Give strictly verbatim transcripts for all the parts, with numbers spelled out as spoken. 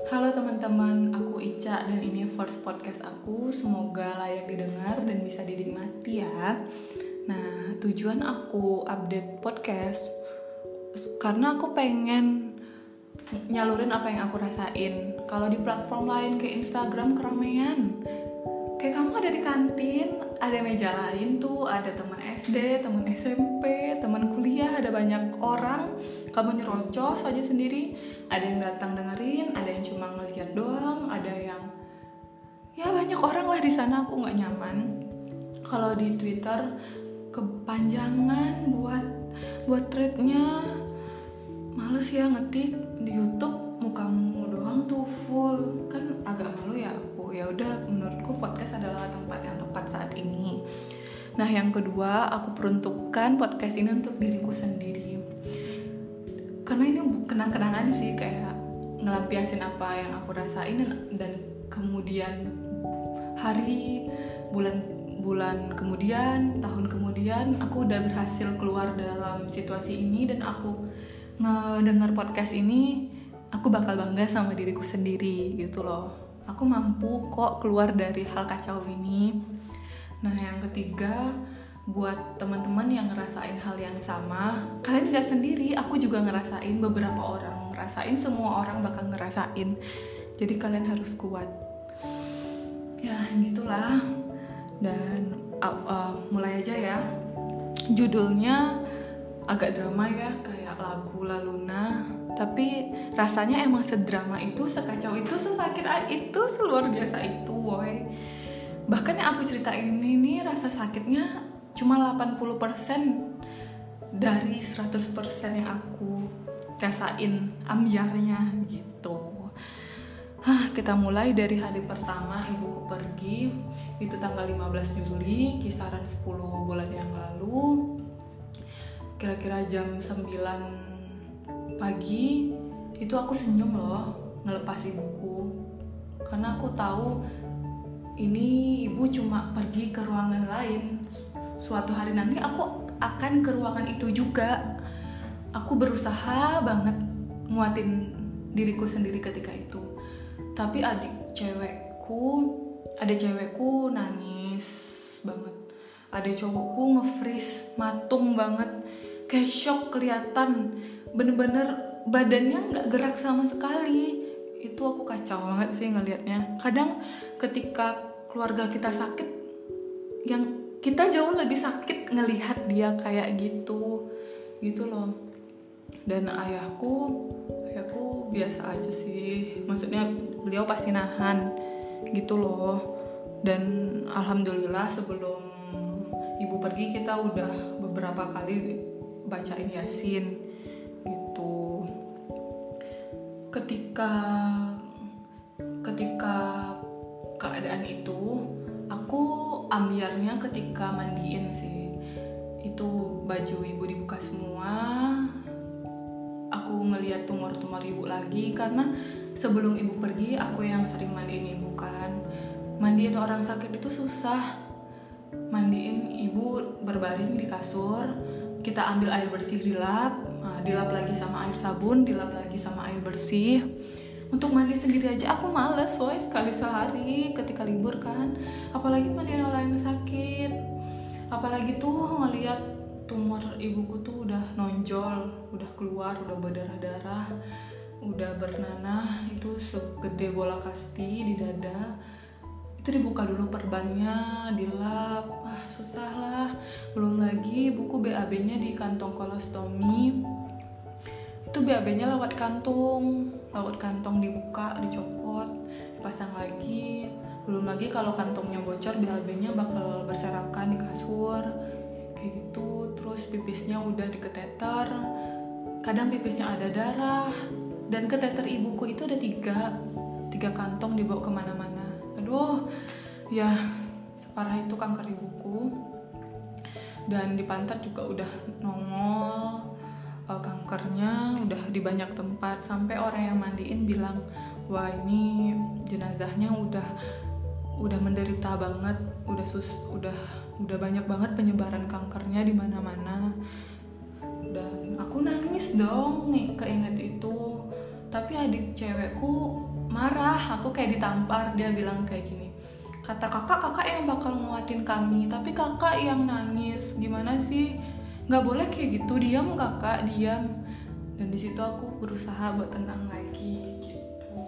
Halo teman-teman, aku Ica dan ini first podcast aku. Semoga layak didengar dan bisa dinikmati ya. Nah, tujuan aku update podcast karena aku pengen nyalurin apa yang aku rasain. Kalau di platform lain kayak Instagram keramaian, kayak kamu ada di kantin, ada meja lain tuh, ada teman S D, teman S M P, teman kuliah, ada banyak orang. Kamu nyerocos aja sendiri, ada yang datang dengerin, ada yang cuma ngeliat doang, ada yang ya banyak orang lah di sana. Aku nggak nyaman. Kalau di Twitter kepanjangan buat buat threadnya, males ya ngetik. Di YouTube mukamu doang tuh full, kan agak malu ya aku. Ya udah, menurutku podcast adalah tempat yang tepat saat ini. Nah, yang kedua, aku peruntukkan podcast ini untuk diriku sendiri. Karena ini kenang-kenangan sih, kayak ngelampiasin apa yang aku rasain dan, dan kemudian hari, bulan bulan kemudian, tahun kemudian aku udah berhasil keluar dalam situasi ini dan aku ngedengar podcast ini, aku bakal bangga sama diriku sendiri gitu loh. Aku mampu kok keluar dari hal kacau ini. Nah, yang ketiga, buat teman-teman yang ngerasain hal yang sama, kalian gak sendiri, aku juga ngerasain, beberapa orang ngerasain, semua orang bakal ngerasain. Jadi kalian harus kuat. Ya, gitulah. Dan uh, uh, mulai aja ya. Judulnya agak drama ya, kayak lagu La Luna. Tapi rasanya emang sedrama itu, sekacau itu, sesakit itu, seluar biasa itu, woy. Bahkan yang aku ceritain ini nih, rasa sakitnya cuma delapan puluh persen dari seratus persen yang aku rasain ambiarnya gitu. Hah, kita mulai dari hari pertama ibuku pergi. Itu tanggal lima belas Juli, kisaran sepuluh bulan yang lalu. Kira-kira jam sembilan pagi, itu aku senyum loh ngelepas ibuku. Karena aku tahu ini ibu cuma pergi ke ruangan lain. Suatu hari nanti aku akan ke ruangan itu juga. Aku berusaha banget nguatin diriku sendiri ketika itu. Tapi adik cewekku, ada cewekku nangis banget. Ada cowokku nge-freeze, matung banget. Kayak shock kelihatan. Bener-bener badannya gak gerak sama sekali. Itu aku kacau banget sih ngelihatnya. Kadang ketika keluarga kita sakit, yang kita jauh lebih sakit ngelihat dia kayak gitu gitu loh. Dan ayahku ayahku biasa aja sih, maksudnya beliau pasti nahan gitu loh. Dan alhamdulillah sebelum ibu pergi kita udah beberapa kali bacain Yasin gitu. Ketika ketika keadaan itu, aku ambiarnya ketika mandiin sih. Itu baju ibu dibuka semua. Aku ngeliat tumor-tumor ibu lagi, karena sebelum ibu pergi aku yang sering mandiin ibu kan. Mandiin orang sakit itu susah. Mandiin ibu berbaring di kasur, kita ambil air bersih dilap, nah, dilap lagi sama air sabun, dilap lagi sama air bersih. Untuk mandi sendiri aja aku males, woy, sekali sehari ketika libur kan. Apalagi mandiin orang yang sakit. Apalagi tuh ngelihat tumor ibuku tuh udah nonjol, udah keluar, udah berdarah-darah, udah bernanah, itu segede bola kasti di dada. Itu dibuka dulu perbannya, dilap, ah susah lah. Belum lagi buku B A B-nya di kantong kolostomi. Itu B A B-nya lewat kantung, lewat kantong dibuka, dicopot, dipasang lagi. Belum lagi kalau kantongnya bocor, B A B-nya bakal berserakan di kasur, kayak gitu. Terus pipisnya udah diketeter, kadang pipisnya ada darah. Dan keteter ibuku itu ada tiga, tiga kantong dibawa kemana-mana. Aduh, ya separah itu kanker ibuku. Dan di pantat juga udah nongol kankernya, udah di banyak tempat. Sampai orang yang mandiin bilang, wah ini jenazahnya udah udah menderita banget, udah sus udah udah banyak banget penyebaran kankernya di mana-mana. Dan aku nangis dong nih keinget itu. Tapi adik cewekku marah, aku kayak ditampar. Dia bilang kayak gini, kata kakak, kakak yang bakal nguatin kami, tapi kakak yang nangis. Gimana sih? Nggak boleh kayak gitu, diam kakak, diam. Dan di situ aku berusaha buat tenang lagi gitu.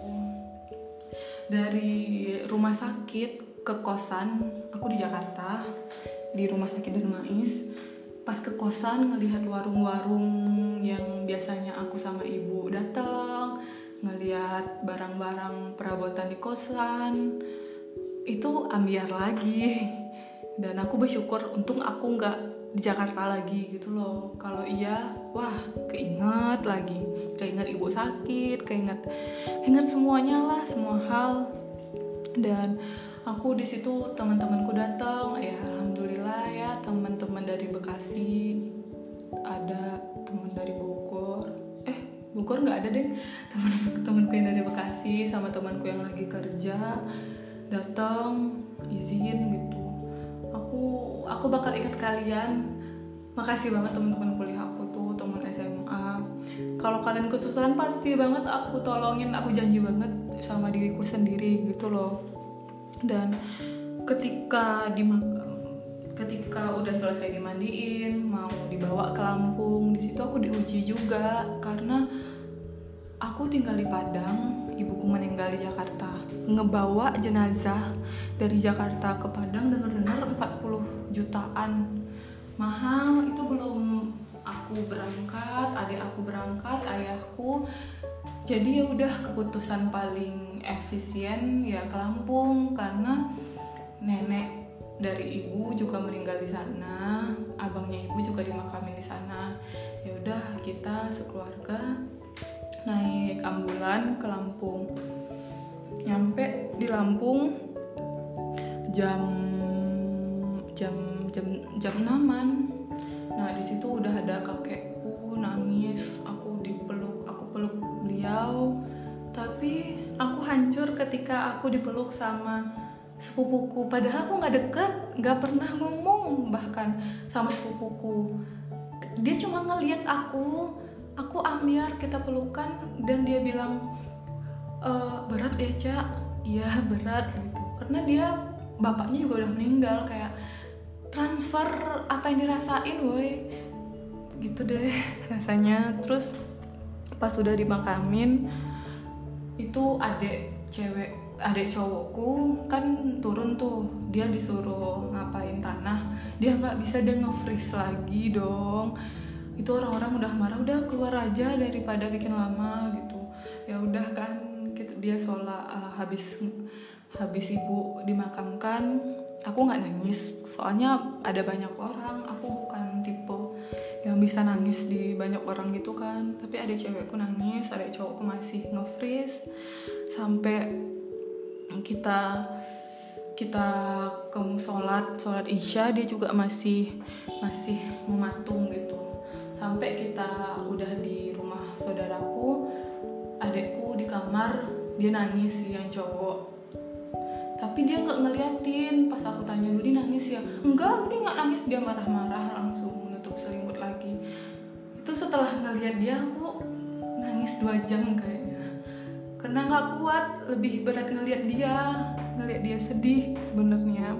Dari rumah sakit ke kosan, aku di Jakarta, di rumah sakit Darmais. Pas ke kosan ngelihat warung-warung yang biasanya aku sama ibu datang, ngelihat barang-barang perabotan di kosan, itu ambiar lagi. Dan aku bersyukur untung aku nggak di Jakarta lagi gitu loh. Kalau iya, wah keinget lagi, keinget ibu sakit, keinget, keinget semuanya lah, semua hal. Dan aku di situ teman-temanku datang, ya alhamdulillah ya, teman-teman dari Bekasi, ada teman dari Bogor, eh Bogor nggak ada deh, teman-temanku yang dari Bekasi sama temanku yang lagi kerja datang izin gitu. Aku aku bakal ingat kalian. Makasih banget teman-teman kuliah aku tuh, teman S M A. Kalau kalian kesusahan pasti banget aku tolongin, aku janji banget sama diriku sendiri gitu loh. Dan ketika di ketika udah selesai dimandiin, mau dibawa ke Lampung, di situ aku diuji juga karena aku tinggal di Padang, ibuku meninggal di Jakarta. Ngebawa jenazah dari Jakarta ke Padang dengar-dengar empat puluh jutaan. Mahal, itu belum aku berangkat, adik aku berangkat, ayahku. Jadi ya udah keputusan paling efisien ya ke Lampung karena nenek dari ibu juga meninggal di sana, abangnya ibu juga dimakamin di sana. Ya udah kita sekeluarga naik ambulan ke Lampung. Nyampe di Lampung jam jam jam jam enaman. Nah di situ udah ada kakekku nangis, aku dipeluk, aku peluk beliau. Tapi aku hancur ketika aku dipeluk sama sepupuku. Padahal aku nggak dekat, nggak pernah ngomong bahkan sama sepupuku. Dia cuma ngelihat aku, aku ambiar, kita pelukan, dan dia bilang e, berat ya Cak, iya berat gitu. Karena dia bapaknya juga udah meninggal, kayak transfer apa yang dirasain, woi, gitu deh rasanya. Terus pas sudah dimakamin, itu adek cewek, adek cowokku kan turun tuh, dia disuruh ngapain tanah, dia nggak bisa, dia nge-freeze lagi dong. Itu orang-orang udah marah, udah keluar aja daripada bikin lama gitu. Ya udah kan, kita, dia sholat uh, habis habis ibu dimakamkan, aku nggak nangis, soalnya ada banyak orang, aku bukan tipe yang bisa nangis di banyak orang gitu kan. Tapi ada cewekku nangis, ada cowokku masih nge-freeze. Sampai kita kita ke sholat sholat isya, dia juga masih masih mematung gitu. Sampai kita udah di rumah saudaraku, adekku di kamar, dia nangis yang cowok. Tapi dia nggak ngeliatin. Pas aku tanya, Budi nangis ya? Enggak, Budi nggak nangis. Dia marah-marah, langsung menutup selimut lagi. Itu setelah ngeliat dia, aku nangis dua jam kayaknya. Karena nggak kuat, lebih berat ngeliat dia, ngeliat dia sedih sebenarnya.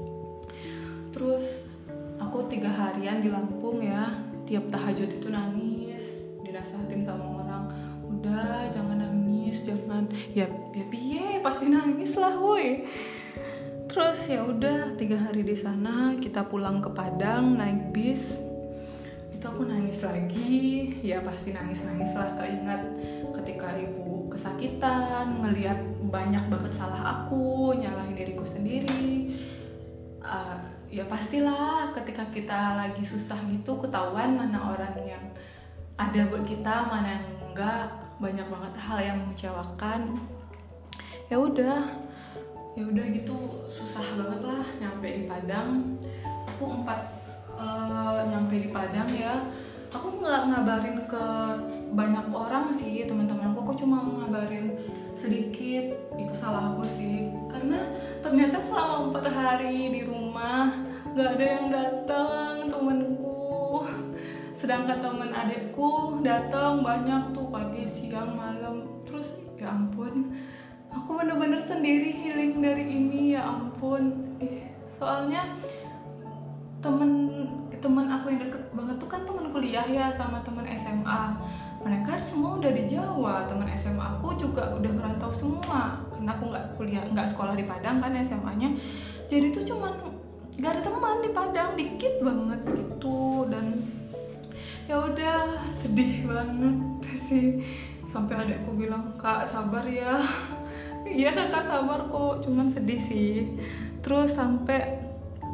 Terus aku tiga harian di Lampung ya, tiap tahajud itu nangis, dinasehatin sama orang, udah jangan nangis, jangan, ya ya piye, pasti nangis lah woi. Terus ya udah tiga hari di sana, kita pulang ke Padang naik bis, itu aku nangis lagi, ya pasti nangis nangis lah, keingat ketika ibu kesakitan, ngelihat banyak banget salah aku, nyalahin diriku sendiri. Uh, ya pastilah ketika kita lagi susah gitu ketahuan mana orang yang ada buat kita, mana yang enggak. Banyak banget hal yang mengecewakan. Ya udah, ya udah gitu, susah banget lah nyampe di Padang. Aku empat uh, nyampe di Padang ya. Aku nggak ngabarin ke banyak orang sih teman-temanku. Aku cuma ngabarin sedikit. Itu salah aku sih, karena ternyata selama empat hari di rumah nggak ada yang datang temanku. Sedangkan teman adekku datang banyak tuh, pagi, siang, malam. Terus ya ampun, aku bener-bener sendiri healing dari ini, ya ampun. Eh, soalnya temen temen aku yang deket banget tuh kan temen kuliah ya sama temen S M A. Mereka semua udah di Jawa. Temen S M A aku juga udah merantau semua karena aku nggak kuliah nggak sekolah di Padang kan S M A-nya. Jadi tuh cuman nggak ada teman di Padang, dikit banget gitu. Dan ya udah sedih banget sih. Sampai adekku bilang, "Kak sabar ya." Iya kakak sabar kok, cuman sedih sih. Terus sampai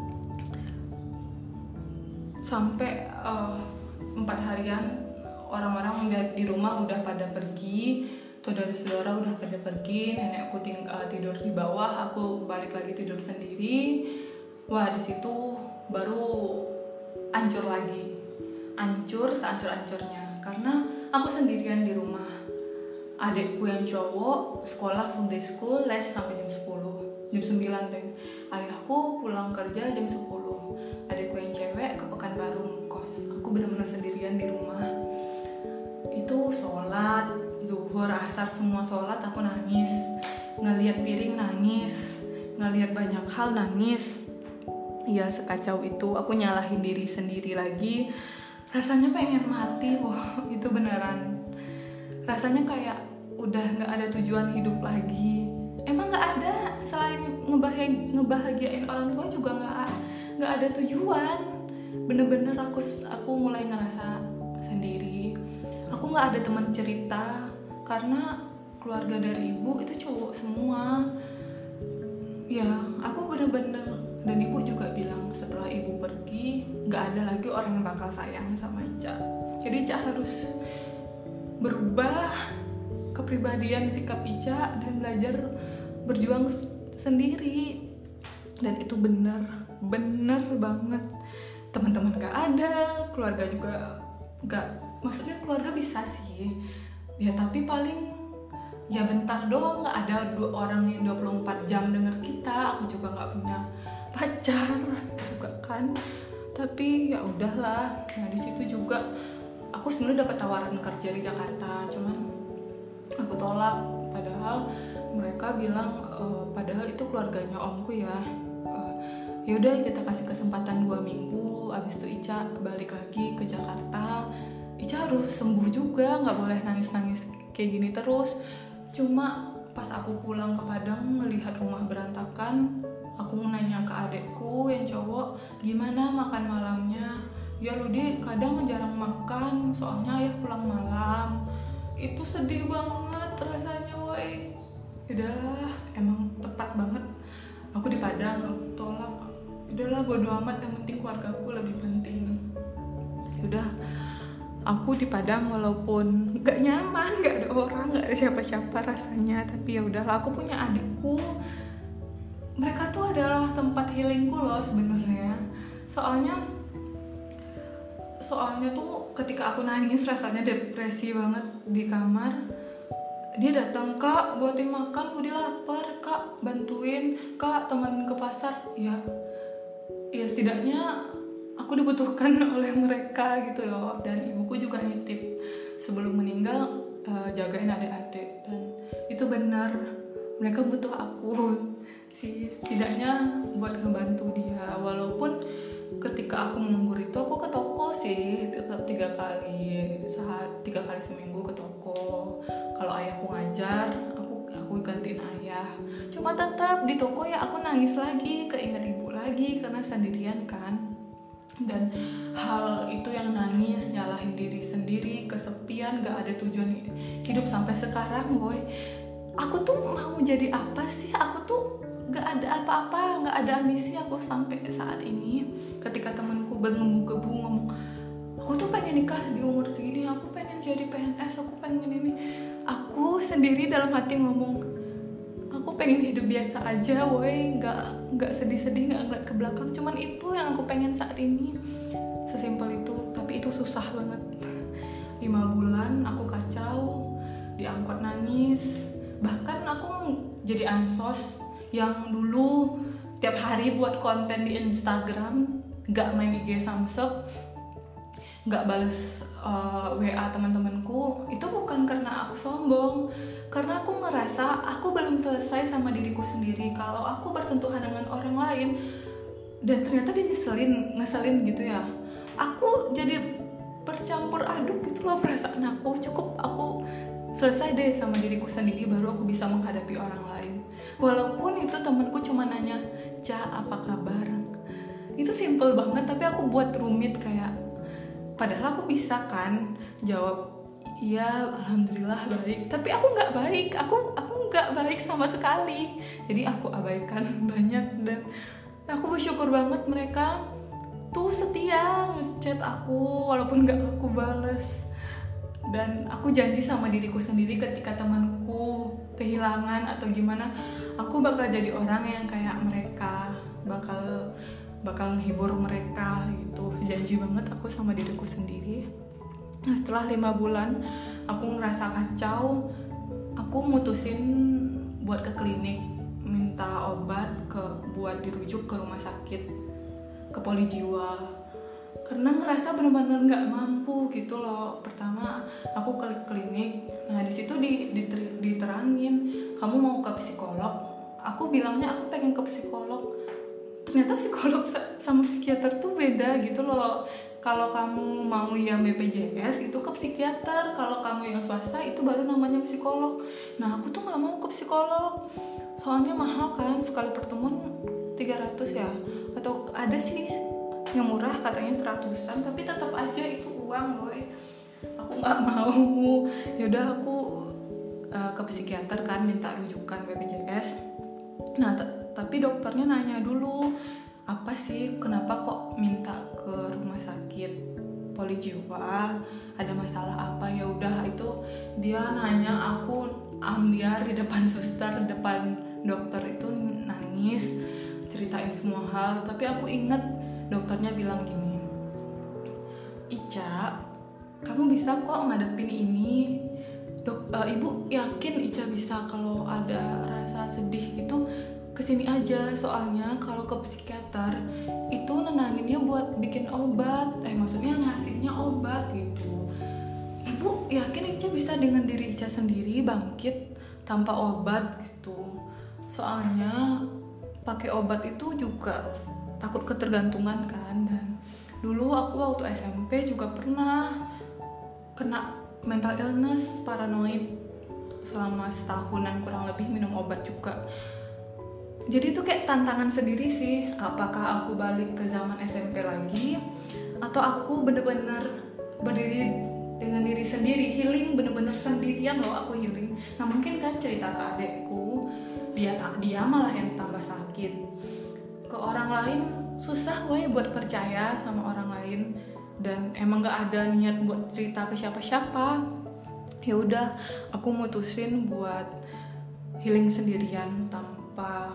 sampai uh, empat harian orang-orang udah di rumah udah pada pergi, saudara-saudara udah pada pergi, nenekku ting- uh, tidur di bawah, aku balik lagi tidur sendiri. Wah, di situ baru hancur lagi, hancur sehancur-hancurnya karena aku sendirian di rumah. Adekku yang cowok sekolah full day school, les sampai jam sepuluh, jam sembilan deh. Ayahku pulang kerja jam sepuluh. Adekku yang cewek ke Pekanbaru ngekos. Aku benar-benar sendirian di rumah. Itu sholat, zuhur, asar semua sholat aku nangis. Ngelihat piring nangis, ngelihat banyak hal nangis. Ya sekacau itu, aku nyalahin diri sendiri lagi. Rasanya pengen mati, wah itu beneran. Rasanya kayak udah nggak ada tujuan hidup lagi. Emang nggak ada, selain ngebahagiain, ngebahagiain orang tua juga nggak nggak ada tujuan. Bener-bener aku aku mulai ngerasa sendiri. Aku nggak ada teman cerita karena keluarga dari ibu itu cowok semua. Ya aku bener-bener, dan ibu juga bilang setelah ibu pergi nggak ada lagi orang yang bakal sayang sama Ica. Jadi Ica harus berubah kepribadian sikap Ica dan belajar berjuang sendiri. Dan itu benar benar banget. Teman-teman gak ada, keluarga juga gak, maksudnya keluarga bisa sih ya, tapi paling ya bentar doang. Gak ada dua orang yang dua puluh empat jam denger kita. Aku juga gak punya pacar juga kan, tapi ya udahlah. Nah di situ juga aku sebenarnya dapat tawaran kerja di Jakarta, cuman aku tolak. Padahal mereka bilang e, padahal itu keluarganya omku ya. E, yaudah kita kasih kesempatan dua minggu, abis itu Ica balik lagi ke Jakarta. Ica harus sembuh juga, nggak boleh nangis-nangis kayak gini terus. Cuma pas aku pulang ke Padang melihat rumah berantakan, aku nanya ke adekku yang cowok, gimana makan malamnya? Ya Ludi kadang jarang makan, soalnya ayah pulang malam. Itu sedih banget rasanya, woy. Udahlah, emang tepat banget. Aku di Padang, aku tolak. Udahlah, bodo amat, yang penting keluargaku lebih penting. Udah, aku di Padang walaupun gak nyaman, gak ada orang, gak ada siapa-siapa rasanya. Tapi ya udahlah, aku punya adikku. Mereka tuh adalah tempat healingku loh sebenarnya. Soalnya Soalnya tuh ketika aku nangis rasanya depresi banget di kamar, dia datang, "Kak, buatin makan, Budi lapar, Kak, bantuin, Kak, teman ke pasar." Ya, ya setidaknya aku dibutuhkan oleh mereka gitu loh. Dan ibuku juga nitip sebelum meninggal, uh, jagain adik-adik. Dan itu benar, mereka butuh aku sih, setidaknya buat ngebantu dia. Walaupun ketika aku menganggur itu aku ke toko sih tiga kali saat tiga kali seminggu ke toko. Kalau ayahku ngajar, aku aku gantiin ayah. Cuma tetap di toko ya aku nangis lagi, keinget ibu lagi karena sendirian kan. Dan hal itu yang nangis, nyalahin diri sendiri, kesepian, gak ada tujuan hidup sampai sekarang, boy. Aku tuh mau jadi apa sih? Aku tuh gak ada apa-apa, gak ada ambisi aku sampai saat ini. Ketika temanku bergebu-gebu ngomong, aku tuh pengen nikah di umur segini, aku pengen jadi P N S, aku pengen ini. Aku sendiri dalam hati ngomong, aku pengen hidup biasa aja, woy, gak, gak sedih-sedih, gak ngeliat ke belakang. Cuman itu yang aku pengen saat ini, sesimpel itu. Tapi itu susah banget. Lima bulan aku kacau, di angkot nangis. Bahkan aku jadi ansos yang dulu tiap hari buat konten di Instagram, gak main I G Samsung. nggak bales uh, W A teman-temanku, itu bukan karena aku sombong, karena aku ngerasa aku belum selesai sama diriku sendiri. Kalau aku bersentuhan dengan orang lain dan ternyata dia ngeselin, ngeselin gitu ya, aku jadi bercampur aduk gitu loh perasaan aku. Cukup aku selesai deh sama diriku sendiri, baru aku bisa menghadapi orang lain. Walaupun itu temanku cuma nanya, "Ca, apa kabar?" Itu simple banget, tapi aku buat rumit kayak, padahal aku bisa kan jawab, "Iya, alhamdulillah baik." Tapi aku nggak baik, aku aku nggak baik sama sekali. Jadi aku abaikan banyak, dan aku bersyukur banget mereka tuh setia ngechat aku walaupun nggak aku bales. Dan aku janji sama diriku sendiri, ketika temanku kehilangan atau gimana, aku bakal jadi orang yang kayak mereka, bakal bakal menghibur mereka gitu. Janji banget aku sama diriku sendiri. Nah, setelah lima bulan aku ngerasa kacau, aku mutusin buat ke klinik, minta obat ke buat dirujuk ke rumah sakit, ke poli jiwa, karena ngerasa benar-benar nggak mampu gitu loh. Pertama aku ke klinik, nah di situ di, diter, diterangin, "Kamu mau ke psikolog?" Aku bilangnya aku pengen ke psikolog. Ternyata psikolog sama psikiater tuh beda gitu loh. Kalau kamu mau yang B P J S itu ke psikiater, kalau kamu yang swasta itu baru namanya psikolog. Nah aku tuh nggak mau ke psikolog, soalnya mahal kan, sekali pertemuan tiga ratus ya, atau ada sih yang murah katanya seratusan, tapi tetap aja itu uang boy. Aku nggak mau. Yaudah aku uh, ke psikiater kan, minta rujukan B P J S. Nah t- tapi dokternya nanya dulu, apa sih, kenapa kok minta ke rumah sakit poli jiwa, ada masalah apa? Ya udah itu dia nanya, aku ambiar di depan suster, di depan dokter itu nangis, ceritain semua hal. Tapi aku inget dokternya bilang gini, "Ica, kamu bisa kok ngadepin ini." Dok, uh, ibu yakin Ica bisa, kalau ada rasa sedih gitu kesini aja, soalnya kalau ke psikiater itu nenanginnya buat bikin obat, eh maksudnya ngasihnya obat gitu. Ibu yakin Ica bisa dengan diri Ica sendiri bangkit tanpa obat gitu, soalnya pakai obat itu juga takut ketergantungan kan. Dan dulu aku waktu S M P juga pernah kena mental illness, paranoid, selama setahunan kurang lebih minum obat juga. Jadi itu kayak tantangan sendiri sih, apakah aku balik ke zaman S M P lagi atau aku bener-bener berdiri dengan diri sendiri, healing bener-bener sendirian loh, aku healing. Nah mungkin kan cerita ke adekku, dia tak dia malah yang tambah sakit. Ke orang lain susah woy buat percaya sama orang lain, dan emang gak ada niat buat cerita ke siapa-siapa. Ya udah, aku mutusin buat healing sendirian tanpa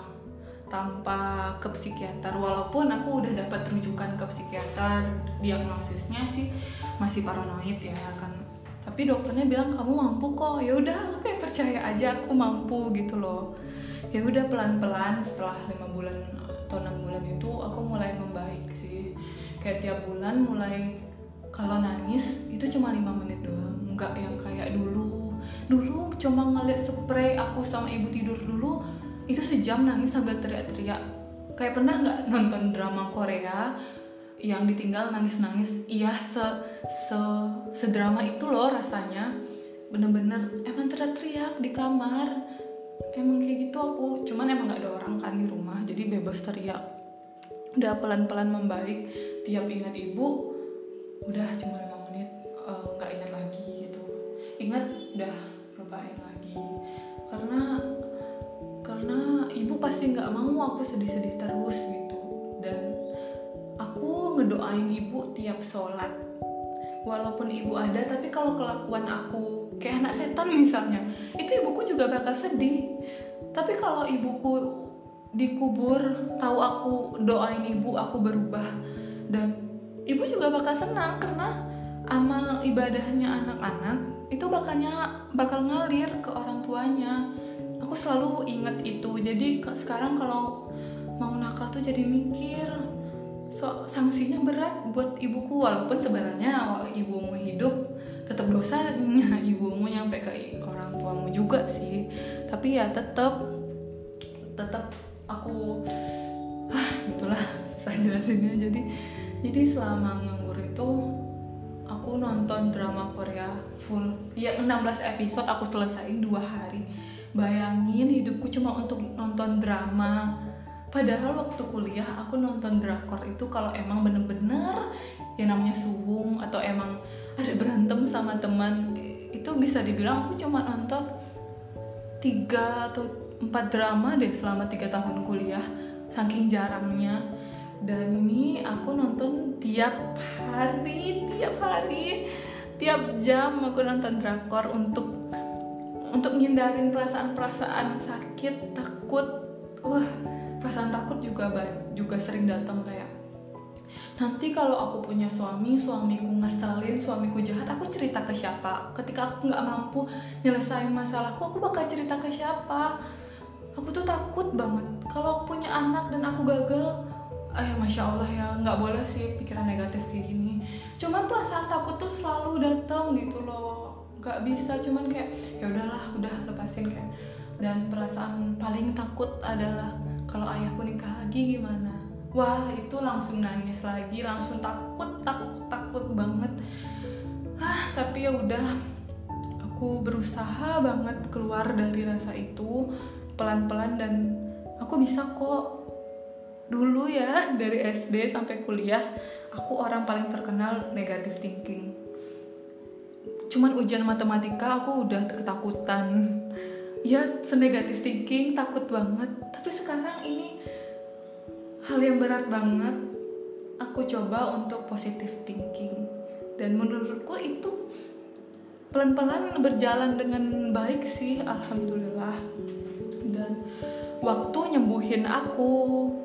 tanpa ke psikiater. Walaupun aku udah dapat rujukan ke psikiater, diagnosisnya sih masih paranoid ya kan, tapi dokternya bilang kamu mampu kok. Ya udah, aku kayak percaya aja aku mampu gitu loh. Ya udah, pelan-pelan setelah lima bulan atau enam bulan itu aku mulai membaik sih. Kayak tiap bulan mulai, kalau nangis itu cuma lima menit doang, nggak yang kayak dulu. Dulu cuma ngeliat spray, aku sama ibu tidur dulu itu sejam nangis sambil teriak-teriak. Kayak pernah nggak nonton drama Korea yang ditinggal nangis-nangis? Iya, se se sedrama itu loh rasanya. Bener-bener emang teriak-teriak di kamar. Emang kayak gitu aku. Cuman emang nggak ada orang kan di rumah, jadi bebas teriak. Udah pelan-pelan membaik. Tiap ingat ibu, udah cuma lima menit, nggak uh, ingat lagi gitu. Ingat, udah lupain lagi. Karena karena ibu pasti nggak mau aku sedih-sedih terus gitu. Dan aku ngedoain ibu tiap sholat, walaupun ibu ada, tapi kalau kelakuan aku kayak anak setan misalnya, itu ibuku juga bakal sedih. Tapi kalau ibuku dikubur, tahu aku doain ibu, aku berubah, dan ibu juga bakal senang karena amal ibadahnya anak-anak itu bakalnya bakal ngalir ke orang tuanya. Aku selalu ingat itu. Jadi sekarang kalau mau nakal tuh jadi mikir, so, sanksinya berat buat ibuku, walaupun sebenarnya ibumu hidup tetap dosanya ibumu nyampe ke orang tuamu juga sih, tapi ya tetap tetap aku ah gitulah susah jelasinnya. Jadi jadi selama nganggur itu aku nonton drama Korea full ya enam belas episode aku selesaiin dua hari. Bayangin hidupku cuma untuk nonton drama. Padahal waktu kuliah aku nonton drakor itu kalau emang bener-bener yang namanya suwung atau emang ada berantem sama teman, itu bisa dibilang aku cuma nonton tiga atau empat drama deh selama tiga tahun kuliah, saking jarangnya. Dan ini aku nonton tiap hari, tiap hari, tiap jam aku nonton drakor untuk untuk ngindarin perasaan-perasaan sakit, takut. Wah, perasaan takut juga juga sering datang, kayak nanti kalau aku punya suami, suamiku ngeselin, suamiku jahat, aku cerita ke siapa? Ketika aku nggak mampu nyelesain masalahku, aku bakal cerita ke siapa? Aku tuh takut banget kalau aku punya anak dan aku gagal. Eh, masya Allah ya, nggak boleh sih pikiran negatif kayak gini. Cuman perasaan takut tuh selalu datang gitu loh, nggak bisa. Cuman kayak ya udahlah, udah lepasin kayak. Dan perasaan paling takut adalah kalau ayahku nikah lagi gimana? Wah, itu langsung nangis lagi, langsung takut, takut, takut banget. Ah, tapi ya udah, aku berusaha banget keluar dari rasa itu pelan-pelan dan aku bisa kok. Dulu ya, dari S D sampai kuliah, aku orang paling terkenal negative thinking. Cuman ujian matematika aku udah ketakutan. Ya, senegatif thinking, takut banget. Tapi sekarang ini hal yang berat banget, aku coba untuk positive thinking. Dan menurutku itu pelan-pelan berjalan dengan baik sih, alhamdulillah. Dan waktu nyembuhin aku,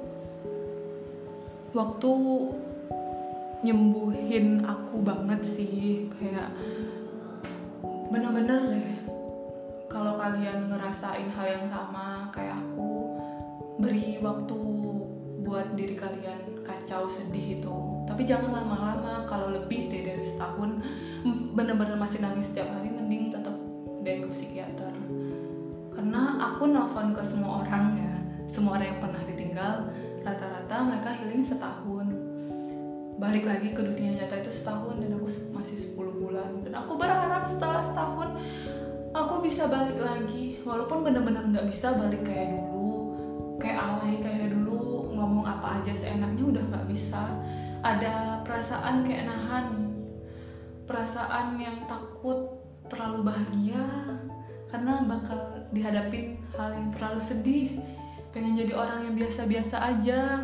waktu nyembuhin aku banget sih, kayak bener-bener deh. Kalau kalian ngerasain hal yang sama kayak aku, beri waktu buat diri kalian kacau, sedih itu. Tapi jangan lama-lama. Kalau lebih deh dari setahun bener-bener masih nangis setiap hari, mending tetap deh ke psikiater. Karena aku nelfon ke semua orang ya, semua orang yang pernah ditinggal, rata-rata mereka healing setahun, balik lagi ke dunia nyata itu setahun, dan aku masih sepuluh bulan. Dan aku berharap setelah setahun aku bisa balik lagi, walaupun bener-bener gak bisa balik kayak dulu, kayak alay kayak dulu, ngomong apa aja seenaknya, udah gak bisa. Ada perasaan kayak nahan, perasaan yang takut terlalu bahagia karena bakal dihadapin hal yang terlalu sedih. Pengen jadi orang yang biasa-biasa aja,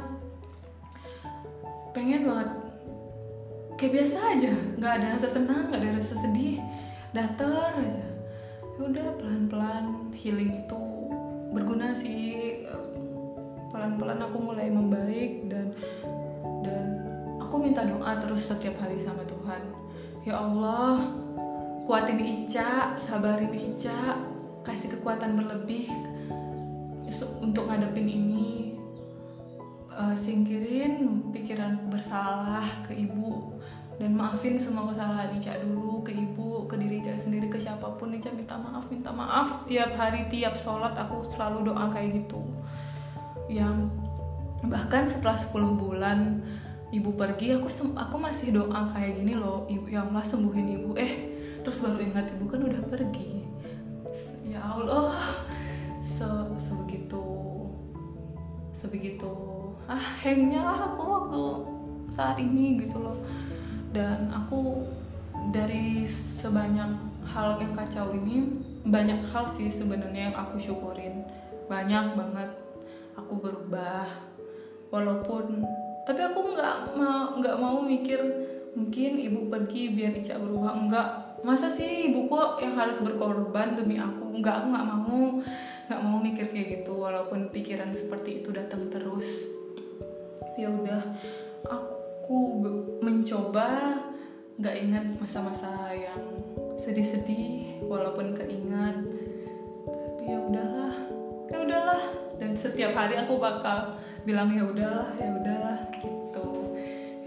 pengen banget kayak biasa aja, gak ada rasa senang, gak ada rasa sedih, datar aja. Udah pelan-pelan healing itu berguna sih. Pelan-pelan aku mulai membaik dan dan aku minta doa terus setiap hari sama Tuhan. Ya Allah, kuatin Ica, sabarin Ica, kasih kekuatan berlebih untuk ngadepin ini. Uh, singkirin pikiran bersalah ke ibu dan maafin semua kesalahan Ica dulu, ke ibu, ke diri Ica sendiri, ke siapapun. Ica minta maaf, minta maaf tiap hari, tiap sholat aku selalu doa kayak gitu. Yang bahkan setelah sepuluh bulan ibu pergi, aku aku masih doa kayak gini loh, ibu, ya Allah sembuhin ibu. Eh, terus baru ingat ibu kan udah pergi. Ya Allah, se sebegitu sebegitu ah hangnya lah aku waktu saat ini gitu loh. Dan aku dari sebanyak hal yang kacau ini, banyak hal sih sebenarnya yang aku syukurin, banyak banget. Aku berubah, walaupun tapi aku nggak mau nggak mau mikir mungkin ibu pergi biar Ica berubah. Enggak, masa sih ibu kok yang harus berkorban demi aku? Enggak, aku nggak mau nggak mau mikir kayak gitu, walaupun pikiran seperti itu datang terus. Ya udah, aku mencoba nggak ingat masa-masa yang sedih-sedih, walaupun keingat. Tapi ya udahlah, ya udahlah. Dan setiap hari aku bakal bilang ya udahlah, ya udahlah gitu.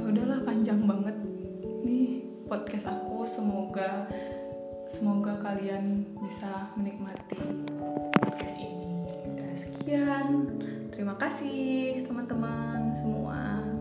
udahlah, panjang banget nih podcast aku. Semoga semoga kalian bisa menikmati podcast ini. Udah sekian. Terima kasih teman-teman semua.